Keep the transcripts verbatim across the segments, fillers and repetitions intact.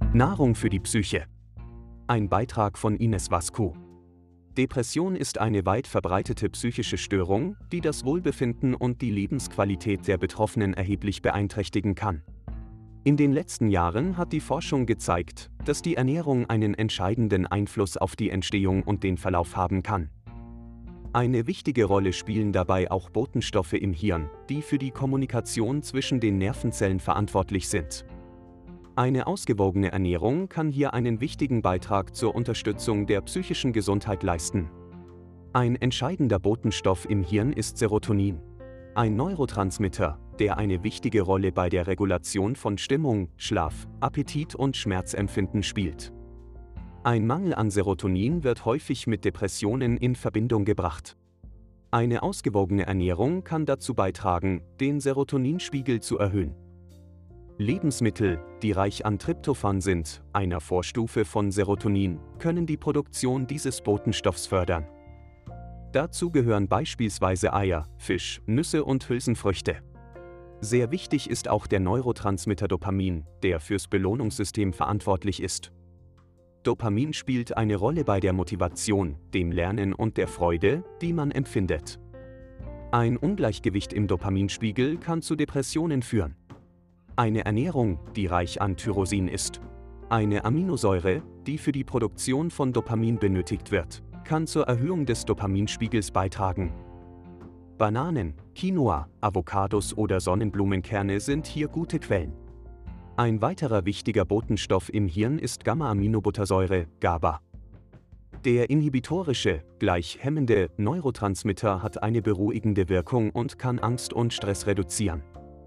Nahrung für die Psyche. Ein Beitrag von Ines Vasco. Depression ist eine weit verbreitete psychische Störung, die das Wohlbefinden und die Lebensqualität der Betroffenen erheblich beeinträchtigen kann. In den letzten Jahren hat die Forschung gezeigt, dass die Ernährung einen entscheidenden Einfluss auf die Entstehung und den Verlauf haben kann. Eine wichtige Rolle spielen dabei auch Botenstoffe im Hirn, die für die Kommunikation zwischen den Nervenzellen verantwortlich sind. Eine ausgewogene Ernährung kann hier einen wichtigen Beitrag zur Unterstützung der psychischen Gesundheit leisten. Ein entscheidender Botenstoff im Hirn ist Serotonin, ein Neurotransmitter, der eine wichtige Rolle bei der Regulation von Stimmung, Schlaf, Appetit und Schmerzempfinden spielt. Ein Mangel an Serotonin wird häufig mit Depressionen in Verbindung gebracht. Eine ausgewogene Ernährung kann dazu beitragen, den Serotoninspiegel zu erhöhen. Lebensmittel, die reich an Tryptophan sind, einer Vorstufe von Serotonin, können die Produktion dieses Botenstoffs fördern. Dazu gehören beispielsweise Eier, Fisch, Nüsse und Hülsenfrüchte. Sehr wichtig ist auch der Neurotransmitter Dopamin, der fürs Belohnungssystem verantwortlich ist. Dopamin spielt eine Rolle bei der Motivation, dem Lernen und der Freude, die man empfindet. Ein Ungleichgewicht im Dopaminspiegel kann zu Depressionen führen. Eine Ernährung, die reich an Tyrosin ist, eine Aminosäure, die für die Produktion von Dopamin benötigt wird, kann zur Erhöhung des Dopaminspiegels beitragen. Bananen, Quinoa, Avocados oder Sonnenblumenkerne sind hier gute Quellen. Ein weiterer wichtiger Botenstoff im Hirn ist Gamma-Aminobuttersäure, GABA. Der inhibitorische, gleich hemmende Neurotransmitter hat eine beruhigende Wirkung und kann Angst und Stress reduzieren.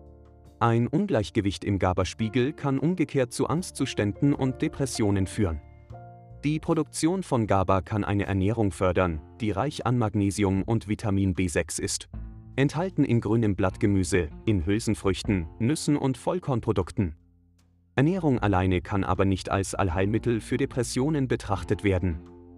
Ein Ungleichgewicht im GABA-Spiegel kann umgekehrt zu Angstzuständen und Depressionen führen. Die Produktion von GABA kann eine Ernährung fördern, die reich an Magnesium und Vitamin B sechs ist. Enthalten in grünem Blattgemüse, in Hülsenfrüchten, Nüssen und Vollkornprodukten. Ernährung alleine kann aber nicht als Allheilmittel für Depressionen betrachtet werden.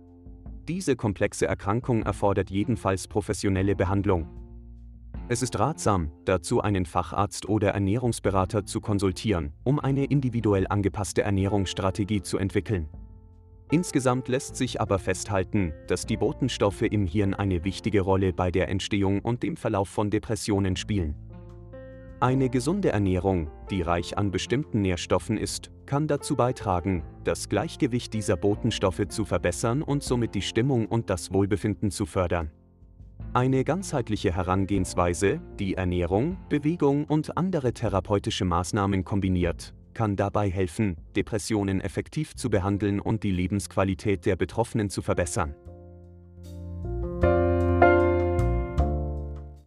Diese komplexe Erkrankung erfordert jedenfalls professionelle Behandlung. Es ist ratsam, dazu einen Facharzt oder Ernährungsberater zu konsultieren, um eine individuell angepasste Ernährungsstrategie zu entwickeln. Insgesamt lässt sich aber festhalten, dass die Botenstoffe im Hirn eine wichtige Rolle bei der Entstehung und dem Verlauf von Depressionen spielen. Eine gesunde Ernährung, die reich an bestimmten Nährstoffen ist, kann dazu beitragen, das Gleichgewicht dieser Botenstoffe zu verbessern und somit die Stimmung und das Wohlbefinden zu fördern. Eine ganzheitliche Herangehensweise, die Ernährung, Bewegung und andere therapeutische Maßnahmen kombiniert, kann dabei helfen, Depressionen effektiv zu behandeln und die Lebensqualität der Betroffenen zu verbessern.